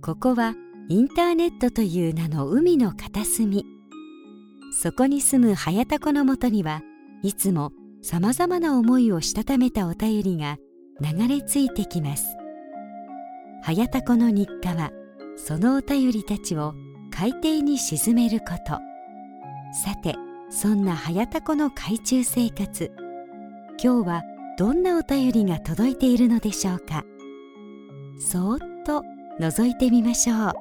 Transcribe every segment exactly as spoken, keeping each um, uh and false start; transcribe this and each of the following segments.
ここはインターネットという名の海の片隅。そこに住むはやたこのもとにはいつもさまざまな思いをしたためたお便りが流れ着いてきます。はやたこの日課はそのお便りたちを海底に沈めること。さて、そんなはやたこの海中生活、今日はどんなお便りが届いているのでしょうか。そーっと覗いてみましょう。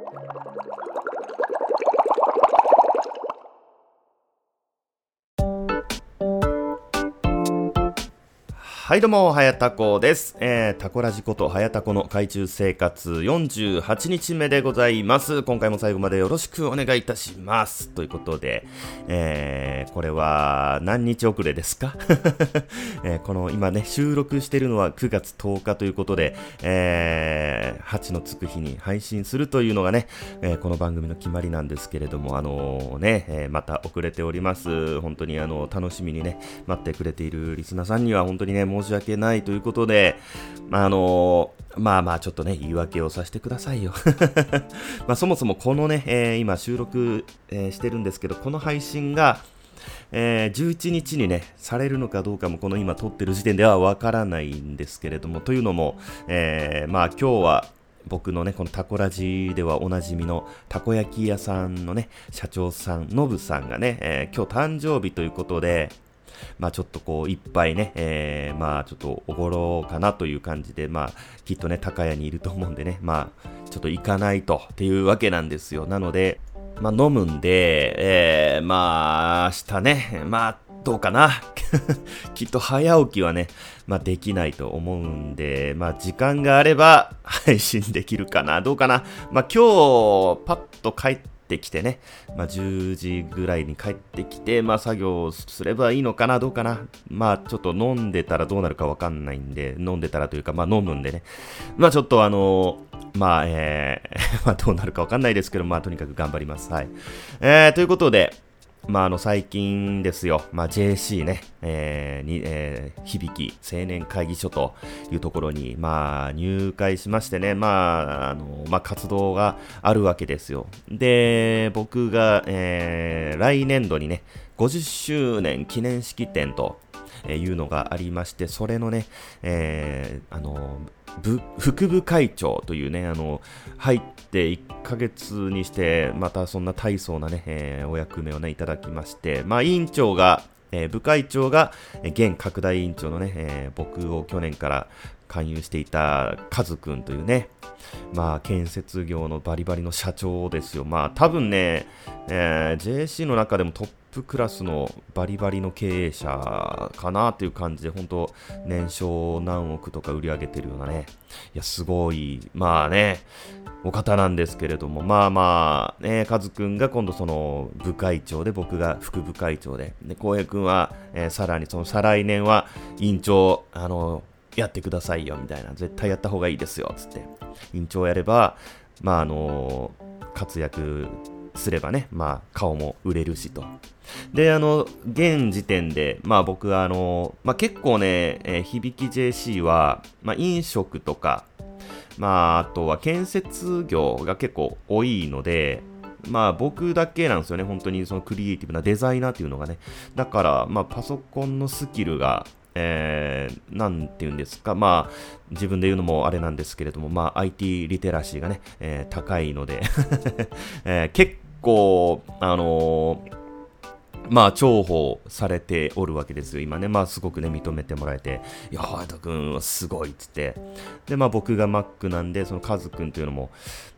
はいどうも、はやたこです。えー、タコラジことはやたこの海中生活よんじゅうはちにちめでございます。今回も最後までよろしくお願いいたします。ということで、えー、これは何日遅れですか、えー、この今ね、収録しているのはくがつとおかということで、えー、はちのつく日に配信するというのがね、えー、この番組の決まりなんですけれども、あのー、ね、えー、また遅れております。本当にあの、楽しみにね、待ってくれているリスナーさんには本当にね、申し訳ないということで、まあ、あのー、まあまあちょっとね、言い訳をさせてくださいよ。まあそもそもこのね、えー、今収録、えー、してるんですけど、この配信が、えー、じゅういちにちにね、されるのかどうかもこの今撮ってる時点ではわからないんですけれども、というのも、えー、まあ今日は僕のね、このタコラジではおなじみのたこ焼き屋さんのね、社長さん、のぶさんがね、えー、今日誕生日ということで、まあちょっとこう一杯ね、えー、まあちょっとおごろうかなという感じで、まあきっとね高屋にいると思うんでね、まあちょっと行かないとっていうわけなんですよ。なのでまあ飲むんで、えー、まあ明日ね、まあどうかなきっと早起きはね、まあできないと思うんで、まあ時間があれば配信できるかな、どうかな。まあ今日パッと帰ってってきてね、まあ、じゅうじぐらいに帰ってきて、まあ、作業すればいいのかな、どうかな。まあ、ちょっと飲んでたらどうなるかわかんないんで、飲んでたらというか、まあ、飲むんでね。まあ、ちょっとあのー、まあ、えー、まあ、どうなるかわかんないですけど、まあ、とにかく頑張ります。はい。えー、ということで、まあ、あの、最近ですよ、まあ、ジェーシー ね、えー、に、えー、響き青年会議所というところに、まあ、入会しましてね、まあ、あの、まあ、活動があるわけですよ。で、僕が、えー、来年度にね、ごじゅっしゅうねん記念式典というのがありまして、それのね、えー、あの、部副部会長というね、あの、入っていっかげつにして、またそんな大層なね、えー、お役目をね、いただきまして、まあ、委員長が、えー、部会長が、えー、現拡大委員長のね、えー、僕を去年から勧誘していたカズくんというね、まあ、建設業のバリバリの社長ですよ。まあ、多分ね、えー、ジェーシー の中でもトップクラスのバリバリの経営者かなという感じで、本当年商何億とか売り上げてるようなね、いや、すごい、まあね、お方なんですけれども、まあまあ、ね、カズくんが今度その部会長で、僕が副部会長で、で、浩平くんは、えー、さらにその再来年は委員長、あの、やってくださいよみたいな、絶対やった方がいいですよつって委員長やれば、まああの活躍すればね、まあ顔も売れるしと。で、あの現時点で、まあ僕はあのまあ結構ね、えー、響き ジェーシー はまあ飲食とか、まああとは建設業が結構多いので。まあ僕だけなんですよね、本当にそのクリエイティブなデザイナーっていうのがね。だからまあパソコンのスキルがえー、なんていうんですか、まあ自分で言うのもあれなんですけれども、まあ アイティー リテラシーがね、えー、高いので、えー、結構あのー、まあ重宝されておるわけですよ今ね。まあすごくね認めてもらえて、いやハヤト君はすごいっつって、でまあ僕が Mac なんで、そのカズ君というのも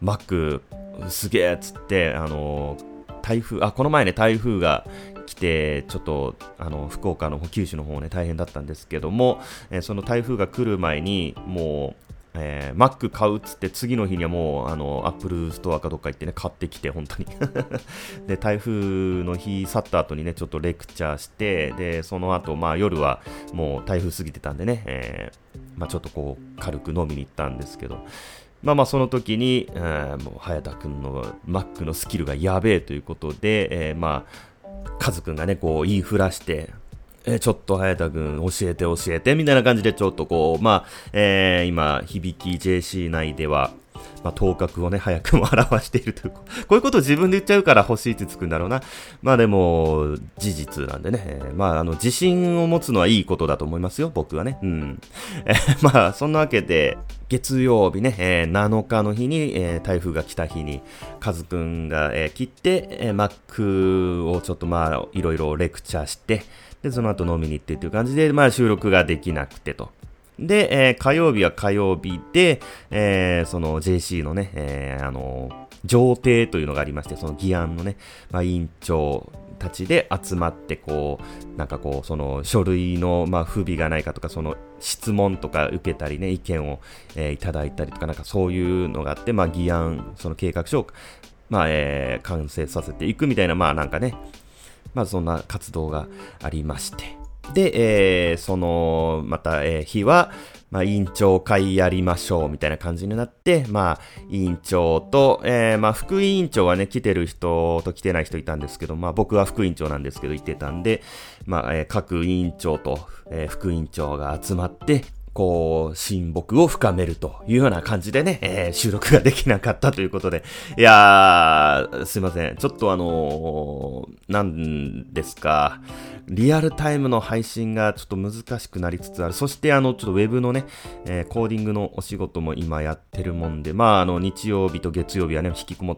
Mac すげえっつって、あのー、台風あこの前ね台風が来て、ちょっとあの福岡の九州の方ね大変だったんですけども、えー、その台風が来る前にもう、えー、Mac 買うっつって、次の日にはもうあの Apple ストアかどっか行ってね買ってきて、本当にで台風の日去った後にねちょっとレクチャーして、でその後まあ夜はもう台風過ぎてたんでね、えー、まあちょっとこう軽く飲みに行ったんですけど、まあまあその時に、えー、もう早田くんの Mac のスキルがやべえということで、えー、まあカズくんがねこう言いふらして、えー、ちょっと早田くん教えて教えてみたいな感じで、ちょっとこうまあ、えー、今響き ジェーシー 内ではまあ、頭角をね、早くも表しているという、こういうことを自分で言っちゃうから欲しいってつくんだろうな。まあでも、事実なんでね、えー、まあ、あの、自信を持つのはいいことだと思いますよ、僕はね。うん。えー、まあ、そんなわけで、月曜日ね、えー、なのかの日に、えー、台風が来た日に、カズくんが、えー、来て、えー、Mac をちょっとまあ、いろいろレクチャーして、で、その後飲みに行ってっていう感じで、まあ、収録ができなくてと。で、えー、火曜日は火曜日で、えー、その ジェーシー のね、えー、あのー、上廷というのがありまして、その議案のね、まあ、委員長たちで集まって、こう、なんかこう、その書類の、まあ、不備がないかとか、その質問とか受けたりね、意見を、えー、いただいたりとか、なんかそういうのがあって、まあ、議案、その計画書を、まあ、えー、完成させていくみたいな、まあ、なんかね、まあ、そんな活動がありまして、で、えー、その、また、えー、日は、まあ、委員長会やりましょう、みたいな感じになって、まあ、委員長と、えー、まあ、副委員長はね、来てる人と来てない人いたんですけど、まあ、僕は副委員長なんですけど、いてたんで、まあ、えー、各委員長と、えー、副委員長が集まって、こう、親睦を深めるというような感じでね、えー、収録ができなかったということで、いやー、すいません。ちょっとあのー、なんですか、リアルタイムの配信がちょっと難しくなりつつある。そしてあの、ちょっとウェブのね、えー、コーディングのお仕事も今やってるもんで、まああの、日曜日と月曜日はね、引きこもって、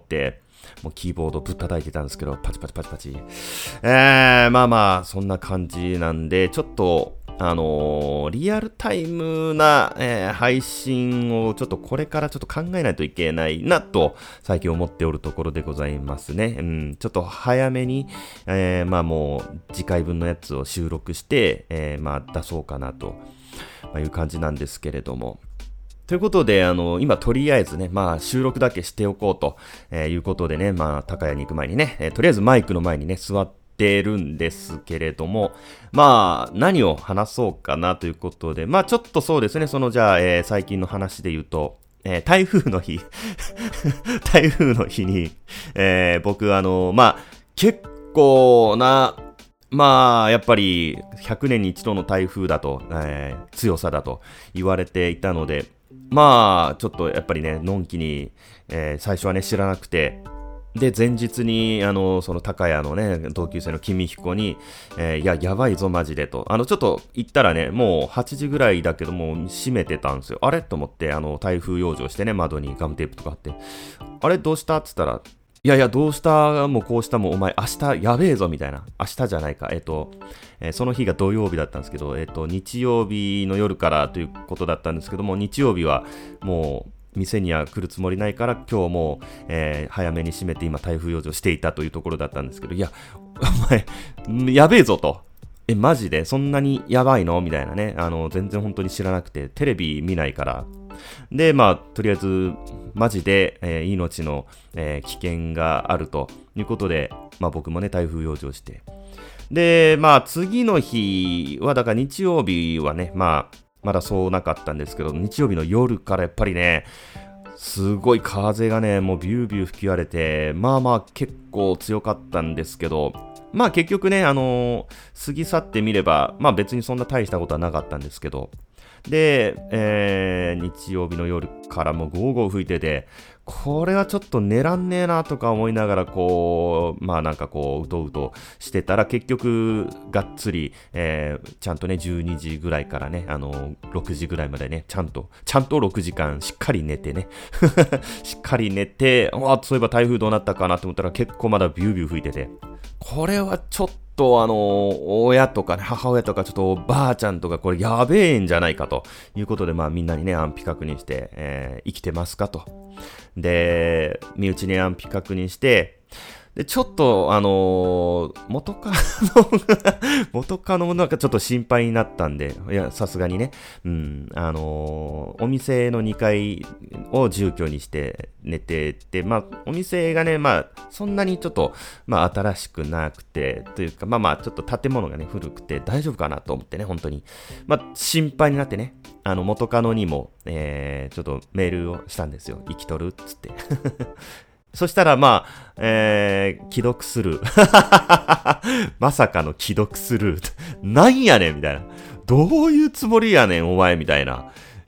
もうキーボードぶったたいてたんですけど、パチパチパチパチ。えー、まあまあ、そんな感じなんで、ちょっと、あのー、リアルタイムな、えー、配信をちょっとこれからちょっと考えないといけないなと最近思っておるところでございますね。うん、ちょっと早めに、えー、まあもう次回分のやつを収録して、えー、まあ出そうかなという感じなんですけれども。ということで、あの、今とりあえずね、まあ収録だけしておこうと、えー、いうことでね、まあ高谷に行く前にね、えー、とりあえずマイクの前にね、座っててるんですけれども、まあ何を話そうかなということで、まあちょっとそうですね、そのじゃあ、えー、最近の話で言うと、えー、台風の日台風の日に、えー、僕あのまあ結構なまあやっぱりひゃくねんに一度の台風だと、えー、強さだと言われていたので、まあちょっとやっぱりねのんきに、えー、最初はね知らなくて、で、前日に、あの、その、高谷のね、同級生の君彦に、えー、いや、やばいぞ、マジで、と。あの、ちょっと、行ったらね、もう、はちじぐらいだけども、閉めてたんですよ。あれと思って、あの、台風養生してね、窓にガムテープとかあって。あれ、どうしたって言ったら、いやいや、どうしたもこうしたも、お前、明日、やべえぞ、みたいな。明日じゃないか。えっと、えー、その日が土曜日だったんですけど、えっと、日曜日の夜からということだったんですけども、日曜日は、もう、店には来るつもりないから今日も、えー、早めに閉めて今台風養生していたというところだったんですけど、いやお前やべえぞと、えマジでそんなにやばいのみたいなね、あの全然本当に知らなくてテレビ見ないから、でまあとりあえずマジで、えー、命の、えー、危険があるということで、まあ僕もね台風養生して、でまあ次の日はだから日曜日はねまあまだそうなかったんですけど、日曜日の夜からやっぱりね、すごい風がね、もうビュービュー吹き荒れて、まあまあ結構強かったんですけど、まあ結局ね、あのー、過ぎ去ってみれば、まあ別にそんな大したことはなかったんですけど、で、えー、日曜日の夜からもうゴーゴー吹いてて、これはちょっと寝らんねえなとか思いながらこう、まあなんかこう、うとうとしてたら結局がっつり、えー、ちゃんとね、じゅうにじぐらいからね、あの、ろくじぐらいまでね、ちゃんと、ちゃんとろくじかんしっかり寝てね、しっかり寝て、あ、そういえば台風どうなったかなと思ったら結構まだビュービュー吹いてて、これはちょっとあの、親とかね、母親とかちょっとばあちゃんとかこれやべえんじゃないかということで、まあみんなにね、安否確認して、えー、生きてますかと。で、身内に安否確認して、で、ちょっと、あのー、元カノが、元カノなんかちょっと心配になったんで、いや、さすがにね、うん、あのー、お店のにかいを住居にして寝てて、まあ、お店がね、まあ、そんなにちょっと、まあ、新しくなくて、というか、まあまあ、ちょっと建物がね、古くて大丈夫かなと思ってね、本当に。まあ、心配になってね、あの、元カノにも、えー、ちょっとメールをしたんですよ。生きとるっつって。そしたら、まあ、えー、既読スルー。まさかの既読スルー。なんやねんみたいな。どういうつもりやねん、お前みたいな。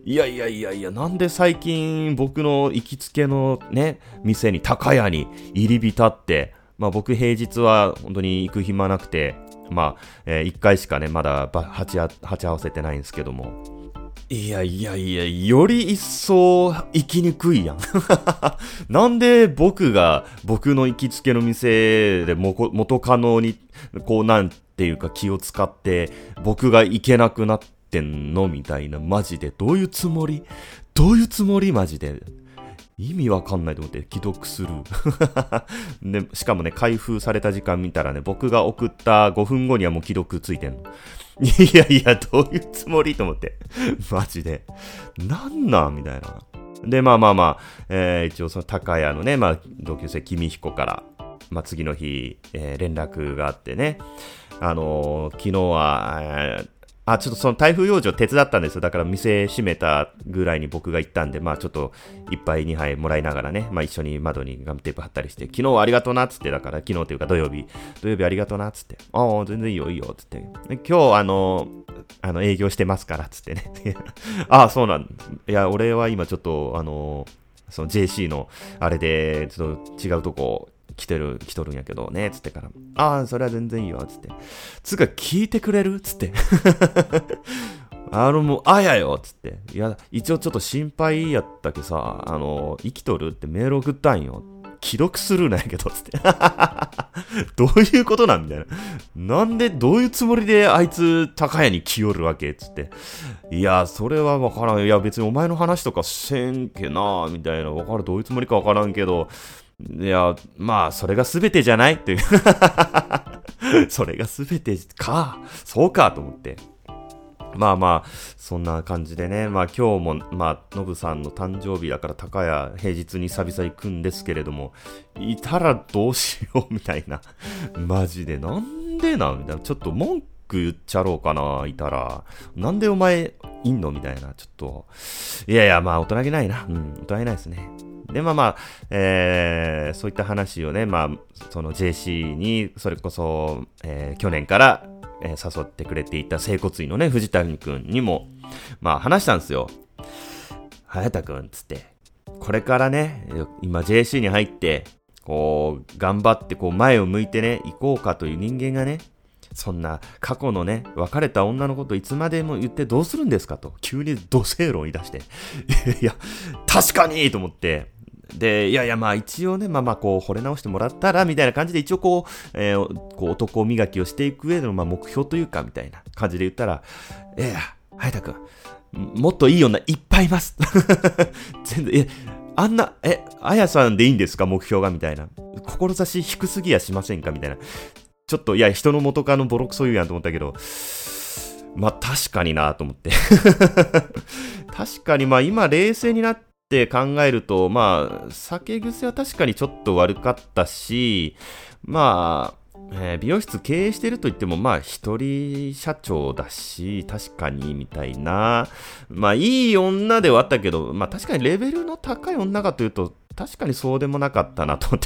いやいやいやいや、なんで最近僕の行きつけのね、店に高屋に入り浸って、まあ僕平日は本当に行く暇なくて、まあ、えー、いっかいしかね、まだ鉢あ、鉢合わせてないんですけども。いやいやいや、より一層行きにくいやん。なんで僕が僕の行きつけの店でもこ元カノにこうなんていうか気を使って僕が行けなくなってんのみたいな、マジでどういうつもりどういうつもりマジで。意味わかんないと思って既読するで、しかもね、開封された時間見たらね、僕が送ったごふんごにはもう既読ついてんの。いやいや、どういうつもりと思って。マジで。なんなんみたいな。で、まあまあまあ、えー、一応その高谷のね、まあ、同級生、君彦から、まあ次の日、えー、連絡があってね、あのー、昨日は、えーあ、ちょっとその台風養生手伝ったんですよ。だから店閉めたぐらいに僕が行ったんで、まあちょっと一杯二杯もらいながらね、まあ一緒に窓にガムテープ貼ったりして、昨日はありがとうなっつって、だから昨日というか土曜日、土曜日ありがとうなっつって、ああ、全然いいよいいよっつって、今日あの、あの営業してますからっつってね。ああ、そうなん、いや、俺は今ちょっとあの、その ジェーシー のあれで、ちょっと違うとこ、来てる、来とるんやけどね、つってから。ああ、それは全然いいよ、つって。つうか、聞いてくれるつって。あの、もう、あやよ、つって。いや、一応ちょっと心配やったけさ、あの、生きとるってメール送ったんよ。既読するなんやけど、つって。どういうことなんみたいな。なんで、どういうつもりであいつ、高屋に来よるわけつって。いや、それはわからん。いや、別にお前の話とかせんけな、みたいな。わかる、どういうつもりかわからんけど、いや、まあ、それが全てじゃないっていう。それが全てか。そうかと思って。まあまあ、そんな感じでね。まあ今日も、まあ、ノブさんの誕生日だから高谷平日に久々行くんですけれども、いたらどうしようみたいな。マジで、なんでなみたいな。ちょっと文句言っちゃろうかな、いたら。なんでお前いんのみたいな。ちょっと。いやいや、まあ大人げないな。うん、大人げないですね。で、まあまあ、えー、そういった話をね、まあ、その ジェーシー に、それこそ、えー、去年から、えー、誘ってくれていた整骨院のね、藤谷くんにも、まあ話したんですよ。早田くん、つって。これからね、今 ジェーシー に入って、こう、頑張って、こう、前を向いてね、行こうかという人間がね、そんな過去のね、別れた女のこといつまでも言ってどうするんですかと、急に土星論言い出して。いや、確かにと思って、で、いやいや、まあ一応ね、まあまあこう、惚れ直してもらったら、みたいな感じで一応こう、えー、こう男磨きをしていく上での、まあ目標というか、みたいな感じで言ったら、いやいや、早田くん、もっといい女いっぱいいます。全然、え、あんな、え、あやさんでいいんですか目標がみたいな。志低すぎやしませんかみたいな。ちょっと、いや、人の元カノボロクソ言うやんと思ったけど、まあ確かになと思って。確かに、まあ今冷静になってって考えると、まあ、酒癖は確かにちょっと悪かったし、まあ、えー、美容室経営してると言っても、まあ、一人社長だし、確かに、みたいな。まあ、いい女ではあったけど、まあ、確かにレベルの高い女かというと、確かにそうでもなかったなと思って。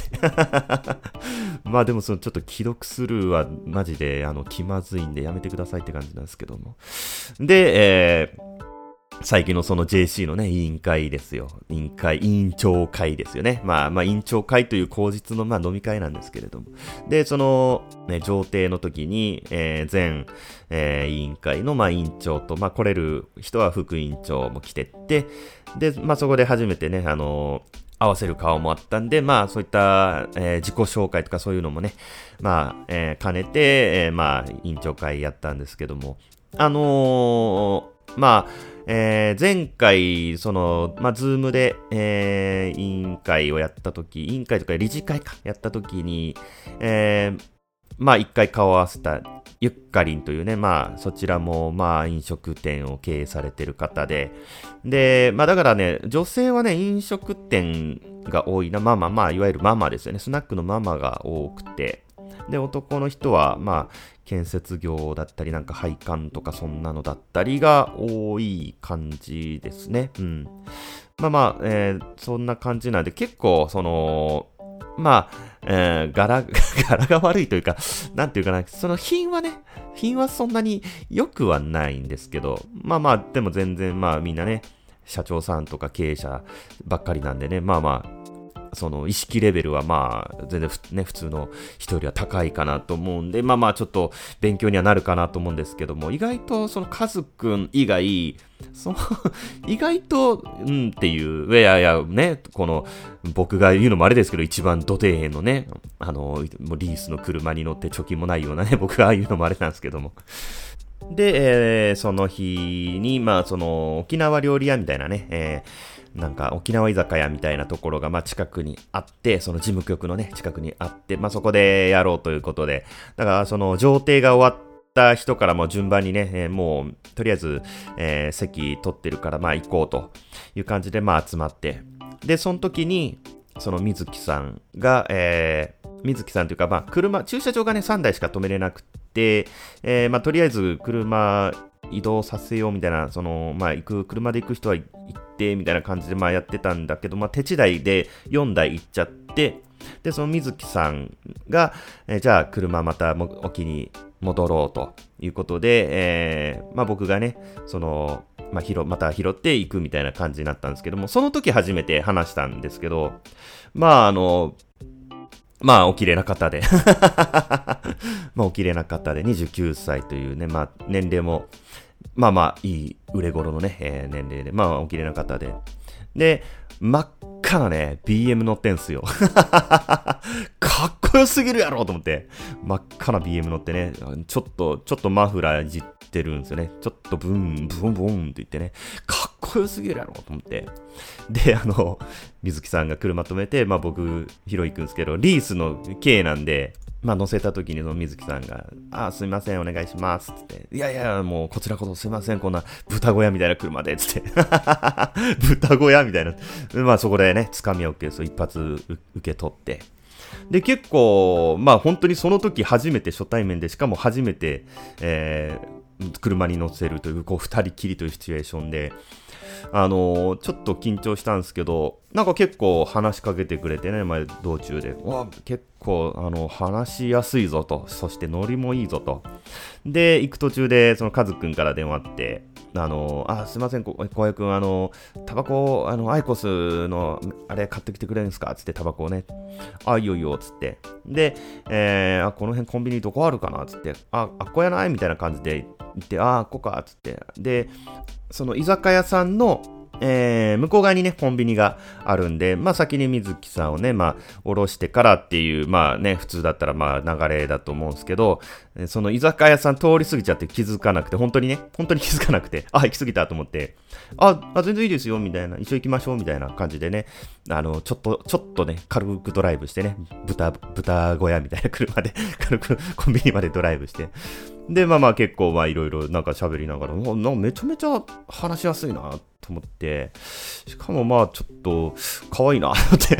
まあ、でも、その、ちょっと既読スルーは、マジで、あの、気まずいんで、やめてくださいって感じなんですけども。で、えー、最近のその ジェーシー のね、委員会ですよ。委員会、委員長会ですよね。まあ、まあ、委員長会という口実の、まあ、飲み会なんですけれども。で、その、ね、上廷の時に、えー、前、えー、委員会の、まあ、委員長と、まあ、来れる人は副委員長も来てって、で、まあ、そこで初めてね、あのー、合わせる顔もあったんで、まあ、そういった、えー、自己紹介とかそういうのもね、まあ、えー、兼ねて、えー、まあ、委員長会やったんですけども、あのー、まあ、えー、前回、その、まあ、ズームで、えー、委員会をやったとき、委員会とか理事会か、やったときに、えー、まあ、一回顔を合わせた、ゆっかりんというね、まあ、そちらも、まあ、飲食店を経営されてる方で、で、まあ、だからね、女性はね、飲食店が多いな、まあまあまあ、いわゆるママですよね、スナックのママが多くて、で、男の人は、まあ、建設業だったり、なんか配管とかそんなのだったりが多い感じですね。うん。まあまあ、えー、そんな感じなんで、結構、その、まあ、えー、柄、柄が悪いというか、なんていうかな、その品はね、品はそんなに良くはないんですけど、まあまあ、でも全然まあみんなね、 社長さんとか経営者ばっかりなんでね、まあまあ、その意識レベルはまあ全然ね普通の人よりは高いかなと思うんで、まあまあちょっと勉強にはなるかなと思うんですけども、意外とそのカズくん以外その意外とうんっていういやいやね、この僕が言うのもあれですけど、一番ド底辺のね、あのもうリースの車に乗って貯金もないようなね、僕が言うのもあれなんですけども、で、えー、その日にまあその沖縄料理屋みたいなね、えーなんか沖縄居酒屋みたいなところがまあ近くにあって、その事務局のね近くにあって、まあそこでやろうということで、だからその上程が終わった人からも順番にね、えー、もうとりあえず、えー、席取ってるからまあ行こうという感じでまあ集まって、でその時にその水木さんが、えー、水木さんというかまあ車駐車場がねさんだいしか止めれなくて、えー、まあとりあえず車移動させようみたいな、そのまあ行く車で行く人は行ってみたいな感じでまあやってたんだけど、まあ手違いでよんだい行っちゃって、でその水木さんが、えー、じゃあ車またも沖に戻ろうということで、えー、まあ僕がねそのまあ拾また拾っていくみたいな感じになったんですけども、その時初めて話したんですけど、まああのまあお綺麗な方でまあお綺麗な方でにじゅうきゅうさいというね、まあ年齢もまあまあいい売れ頃のね、えー、年齢で、まあお綺麗な方で、で真っ赤なね ビーエム 乗ってんすよかっこよすぎるやろと思って、真っ赤な ビーエム 乗ってね、ちょっとちょっとマフラーいじってるんですよね、ちょっとブンブンブンって言ってね、かっこよすぎるやろと思って、であの水木さんが車止めて、まあ僕拾い行くんですけど、リースの軽なんで、まあ乗せた時にその水木さんが、あ、すいませんお願いしますつって、いやいやもうこちらこそすいませんこんな豚小屋みたいな車でつって豚小屋みたいな、まあそこでねつかみ OK です一発受け取って、で結構まあ本当にその時初めて初対面で、しかも初めて、えー、車に乗せるというこう二人きりというシチュエーションで、あのー、ちょっと緊張したんですけど、なんか結構話しかけてくれてね、前道中で、わ結構あの話しやすいぞと、そしてノリもいいぞと。で行く途中でそのカズくんから電話あって、あのー、あすいません小林くん、あのタバコあのアイコスのあれ買ってきてくれるんですかつって、タバコをね、あいいよいいよつって、で、えー、あこの辺コンビニどこあるかなつって、ああっこやないみたいな感じで言って、ああここかつって、でその居酒屋さんの、えー、向こう側にねコンビニがあるんで、まあ先に水木さんをねまあ降ろしてからっていう、まあね普通だったらまあ流れだと思うんですけど、その居酒屋さん通り過ぎちゃって気づかなくて、本当にね本当に気づかなくて、あ行き過ぎたと思って、ああ全然いいですよみたいな、一緒行きましょうみたいな感じでね、あのちょっとちょっとね軽くドライブしてね、豚豚小屋みたいな車で軽くコンビニまでドライブして、でまあまあ結構まあいろいろなんか喋りながら、なんかめちゃめちゃ話しやすいなと思って、しかもまあちょっと可愛いなって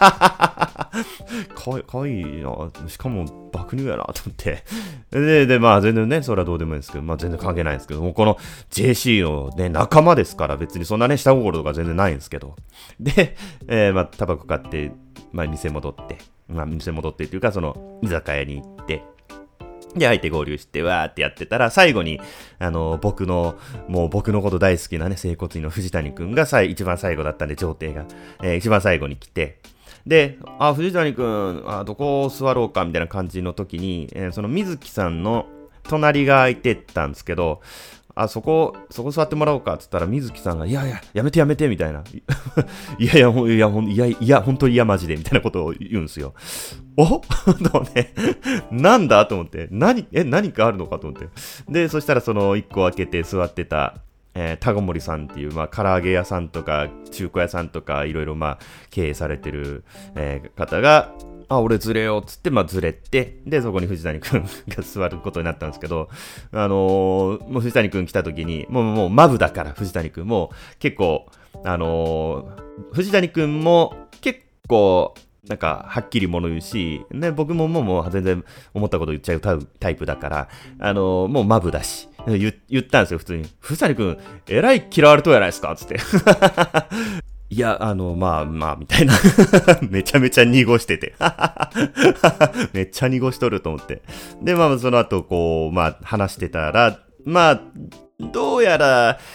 可愛い可愛いな、しかも爆乳やなと思って、ででまあ全然ねそれはどうでもいいんですけど、まあ全然関係ないんですけども、この ジェーシー のね仲間ですから、別にそんなね下心とか全然ないんですけど、で、えー、まあタバコ買ってまあ店戻って、まあ店戻ってっていうかその居酒屋に行って、で、相手合流して、わーってやってたら、最後に、あの、僕の、もう僕のこと大好きなね、整骨院の藤谷くんがさい一番最後だったんで、上帝が、えー、一番最後に来て、で、あ、藤谷くん、あ、どこ座ろうか、みたいな感じの時に、えー、その水木さんの隣が空いてたんですけど、あ、そこ、そこ座ってもらおうかって言ったら、水木さんが、いやいや、やめてやめて、みたいな。いやいや、ほん、いや、ほん、いや、いや、本当にいや、マジで、みたいなことを言うんですよ。おとね、なんだと思って、何、え、何かあるのかと思って。で、そしたらその一個開けて座ってた、えー、田子森さんっていう、まあ、唐揚げ屋さんとか、中古屋さんとか、いろいろ、まあ、経営されてる、えー、方が、あ、俺ずれようっつって、まあずれて、で、そこに藤谷くんが座ることになったんですけど、あのー、もう藤谷くん来た時に、もう、もう、マブだから、藤谷くんも、結構、あのー、藤谷くんも、結構、なんか、はっきり物言うし、ね、僕ももう、もう全然思ったこと言っちゃうタイプだから、あのー、もうマブだし、言、言ったんですよ、普通に。藤谷くん、えらい嫌われとうやないですかつって。いや、あの、まあまあ、みたいな。めちゃめちゃ濁してて。めっちゃ濁しとると思って。で、まあ、その後、こう、まあ、話してたら、まあ、どうやら、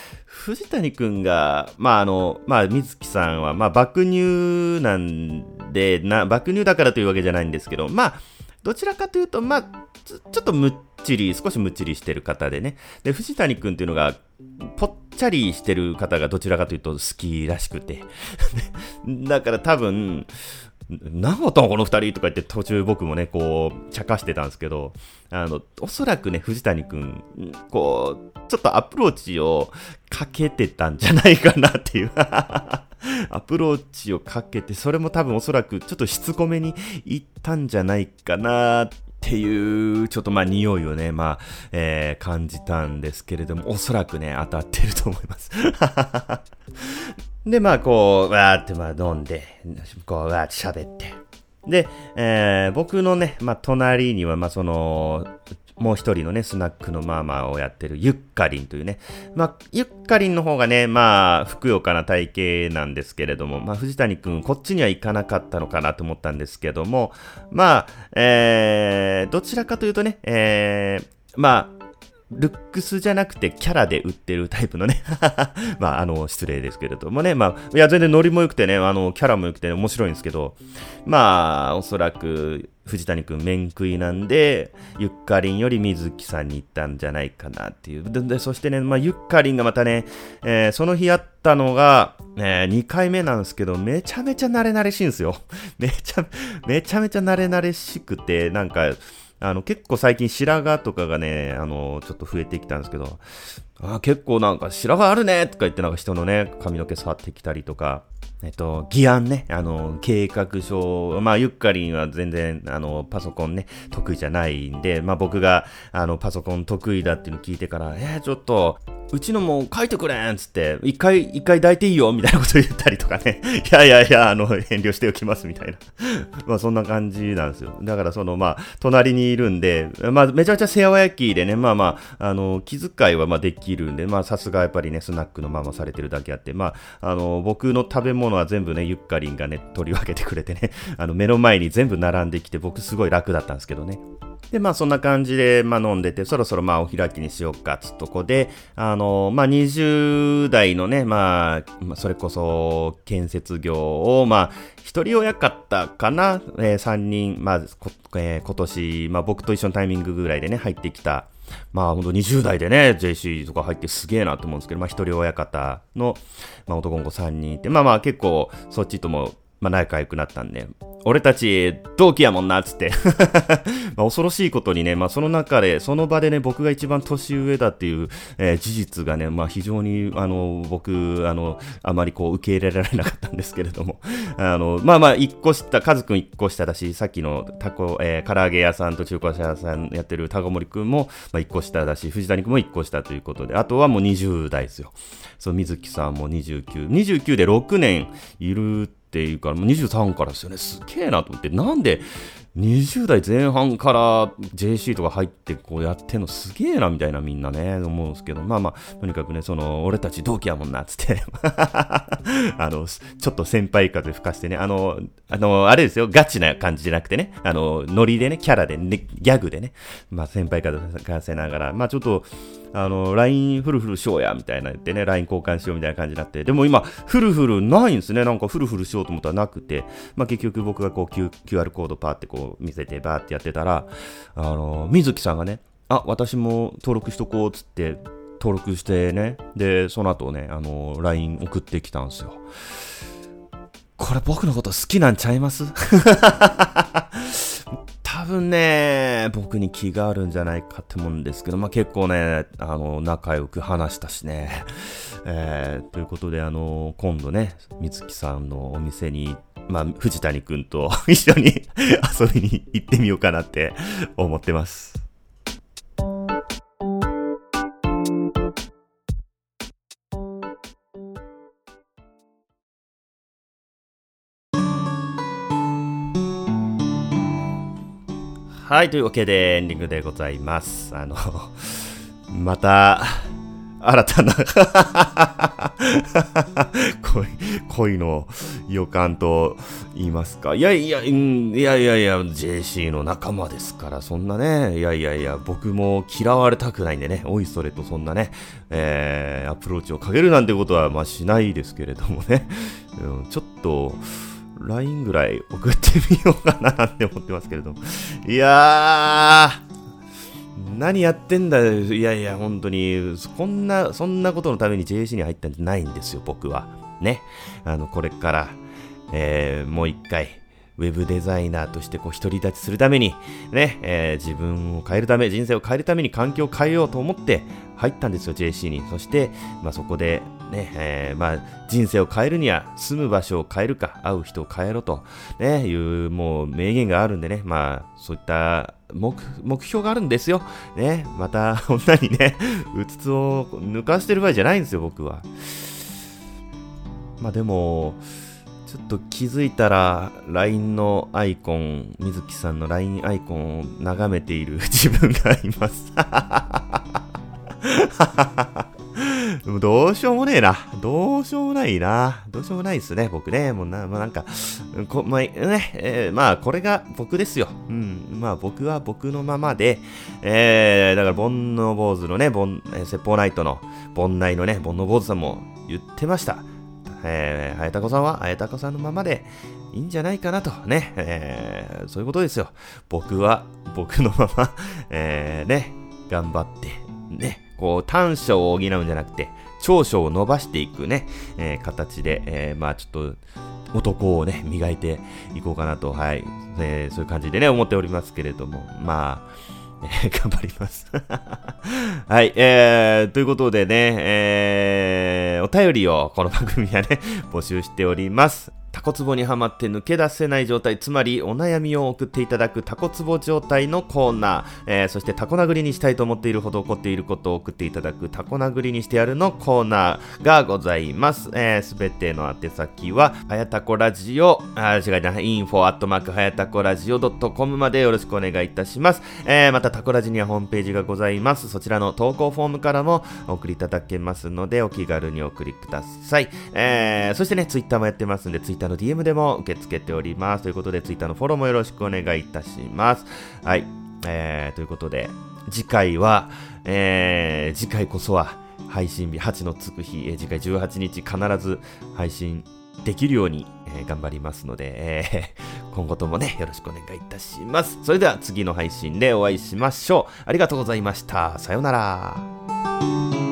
藤谷くんが、まああの、まあ水木さんは、まあ爆乳なんで、な、爆乳だからというわけじゃないんですけど、まあ、どちらかというと、まあ、ちょ、ちょっとむっちり、少しむっちりしてる方でね。で、藤谷くんっていうのが、ぽっちゃりしてる方がどちらかというと好きらしくて。だから多分、何だったのこの二人とか言って途中僕もね、こう、茶化してたんですけど、あの、おそらくね、藤谷くん、こう、ちょっとアプローチをかけてたんじゃないかなっていう。アプローチをかけて、それも多分おそらくちょっとしつこめにいったんじゃないかなっていう、ちょっとまあ匂いをね、まあ、えー、感じたんですけれども、おそらくね、当たってると思います。で、まあ、こう、わーってまあ飲んで、こう、わーって喋って。で、えー、僕のね、まあ、隣には、まあ、その、もう一人のね、スナックのママをやってるゆっかりんというね、まあ、ゆっかりんの方がね、まあ、ふくよかな体型なんですけれども、まあ、藤谷くん、こっちには行かなかったのかなと思ったんですけども、まあ、えー、どちらかというとね、えー、まあ、ルックスじゃなくてキャラで売ってるタイプのねまああの失礼ですけれどもね、まあいや全然ノリも良くてね、あのキャラも良くて、ね、面白いんですけど、まあおそらく藤谷くん面食いなんでゆっかりんより水木さんに行ったんじゃないかなっていう。で、でそしてね、まあゆっかりんがまたね、えー、その日あったのが、えー、にかいめなんですけど、めちゃめちゃ慣れ慣れしいんですよ。めちゃめちゃめちゃ慣れ慣れしくて、なんかあの結構最近白髪とかがね、あのちょっと増えてきたんですけど、あ結構なんか白髪あるねとか言ってなんか人のね髪の毛触ってきたりとか、えっと議案ね、あの計画書、まあゆっかりんは全然あのパソコンね得意じゃないんで、まあ僕があのパソコン得意だっていうのを聞いてから、えー、ちょっとうちのも書いてくれんつって、一回、一回抱いていいよみたいなこと言ったりとかね。いやいやいや、あの、遠慮しておきますみたいな。まあそんな感じなんですよ。だからその、まあ、隣にいるんで、まあめちゃめちゃ世話焼きでね、まあまあ、あの、気遣いはまあできるんで、まあさすがやっぱりね、スナックのママされてるだけあって、まあ、あの、僕の食べ物は全部ね、ゆっかりんがね、取り分けてくれてね、あの、目の前に全部並んできて、僕すごい楽だったんですけどね。で、まあそんな感じで、まあ飲んでて、そろそろまあお開きにしようか、つっとこで、あの、まあにじゅう代のね、まあ、それこそ建設業を、まあ、一人親方かな、えー、さんにん、まあ、こえー、今年、まあ僕と一緒のタイミングぐらいでね、入ってきた、まあほんとにじゅう代でね、ジェーシー とか入ってすげえなと思うんですけど、まあ一人親方の、まあ男の子さんにんいて、まあまあ結構そっちとも、まあ仲良くなったんで、俺たち同期やもんな、つって。まあ恐ろしいことにね、まあその中で、その場でね、僕が一番年上だっていう、えー、事実がね、まあ非常に、あの、僕、あの、あまりこう受け入れられなかったんですけれども、あの、まあまあ一個下、カズくん一個下だし、さっきのタコ、えー、唐揚げ屋さんと中華屋さんやってるタゴモリくんも、まあ一個下だし、藤谷くんも一個下ということで、あとはもうにじゅう代ですよ。そう、水木さんもにじゅうきゅう、にじゅうきゅうでろくねんいるっていうから、もうにじゅうさんからですよね。すげえなと思って、なんでにじゅう代前半から ジェーシー とか入ってこうやってんのすげえなみたいなみんなね思うんですけど、まあまあとにかくね、その俺たち同期やもんなっつってあのちょっと先輩風吹かしてね、あのあのあれですよ、ガチな感じじゃなくてね、あのノリでね、キャラでね、ギャグでね、まあ先輩風吹かせながら、まあちょっとあの ライン フルフルしようやみたいな言ってね、 ライン 交換しようみたいな感じになって、でも今フルフルないんですね。なんかフルフルしようと思ったらなくて、まあ結局僕がこう Q、キューアール コードパーってこう見せてバーってやってたら、あの水木さんがね、あ、私も登録しとこうっつって登録してね、でその後ね、あの ライン 送ってきたんですよ。これ僕のこと好きなんちゃいます多分ね、僕に気があるんじゃないかって思うんですけど、まあ結構ね、あの仲良く話したしね、えー、ということで、あの今度ね、水木さんのお店に、まあ藤谷くんと一緒に遊びに行ってみようかなって思ってます。はい、というわけでエンディングでございます。あのまた新たな恋、恋の予感と言いますか。いやいや、うん、いやいやいや、ジェーシー の仲間ですから、そんなね、いやいやいや、僕も嫌われたくないんでね、おいそれとそんなね、えー、アプローチをかけるなんてことは、まあしないですけれどもね、うん、ちょっと、ライン ぐらい送ってみようかななんて思ってますけれども。いやー、何やってんだよ。いやいや、本当に、こんな、そんなことのために ジェーシー に入ったんじゃないんですよ、僕は。ね。あの、これから、えー、もう一回、ウェブデザイナーとしてこう独り立ちするために、ね、えー、自分を変えるため、人生を変えるために環境を変えようと思って入ったんですよ、ジェーシー に。そして、まあそこで、ね、えー、まあ人生を変えるには住む場所を変えるか、会う人を変えろと、ね、いうもう名言があるんでね、まあそういった目、目標があるんですよ。ね、また女にね、うつつを抜かしてる場合じゃないんですよ、僕は。まあでも、ちょっと気づいたら ライン のアイコン、水木さんの ライン アイコンを眺めている自分がいます。でもどうしようもねえな。どうしようもないな。どうしようもないですね、僕ね。もうな、まあ、なんか、こまあ、ね、えー、まあ、これが僕ですよ。うん。まあ、僕は僕のままで、えー、だから、煩悩坊主のね、煩、えー、説法ナイトの、煩内のね、煩悩坊主さんも言ってました。えー、はやたこさんは、はやたこさんのままでいいんじゃないかなとね、えー、そういうことですよ。僕は、僕のまま、えー、ね、頑張って、ね、こう短所を補うんじゃなくて長所を伸ばしていくね、えー、形で、えー、まあちょっと男をね磨いていこうかなと、はい、えー、そういう感じでね思っておりますけれども、まあ、えー、頑張りますはい、えー、ということでね、えー、お便りをこの番組はね募集しております。タコツボにはまって抜け出せない状態、つまりお悩みを送っていただくタコツボ状態のコーナー、えー、そしてタコ殴りにしたいと思っているほど起こっていることを送っていただくタコ殴りにしてやるのコーナーがございます。すべ、えー、ての宛先ははやたこラジオ、あ、違いな、インフォアットマークはやたこラジオドットコムまでよろしくお願いいたします。えー、またタコラジにはホームページがございます。そちらの投稿フォームからもお送りいただけますのでお気軽にお送りください。えー、そしてね、ツイッターもやってますんで、ツイッターの ディーエムでも受け付けております。ということで、ツイッターのフォローもよろしくお願いいたします。はい。えー、ということで、次回は、えー、次回こそは配信日、はちのつく日、えー、次回じゅうはちにち必ず配信できるように、えー、頑張りますので、えー、今後ともね、よろしくお願いいたします。それでは次の配信でお会いしましょう。ありがとうございました。さようなら。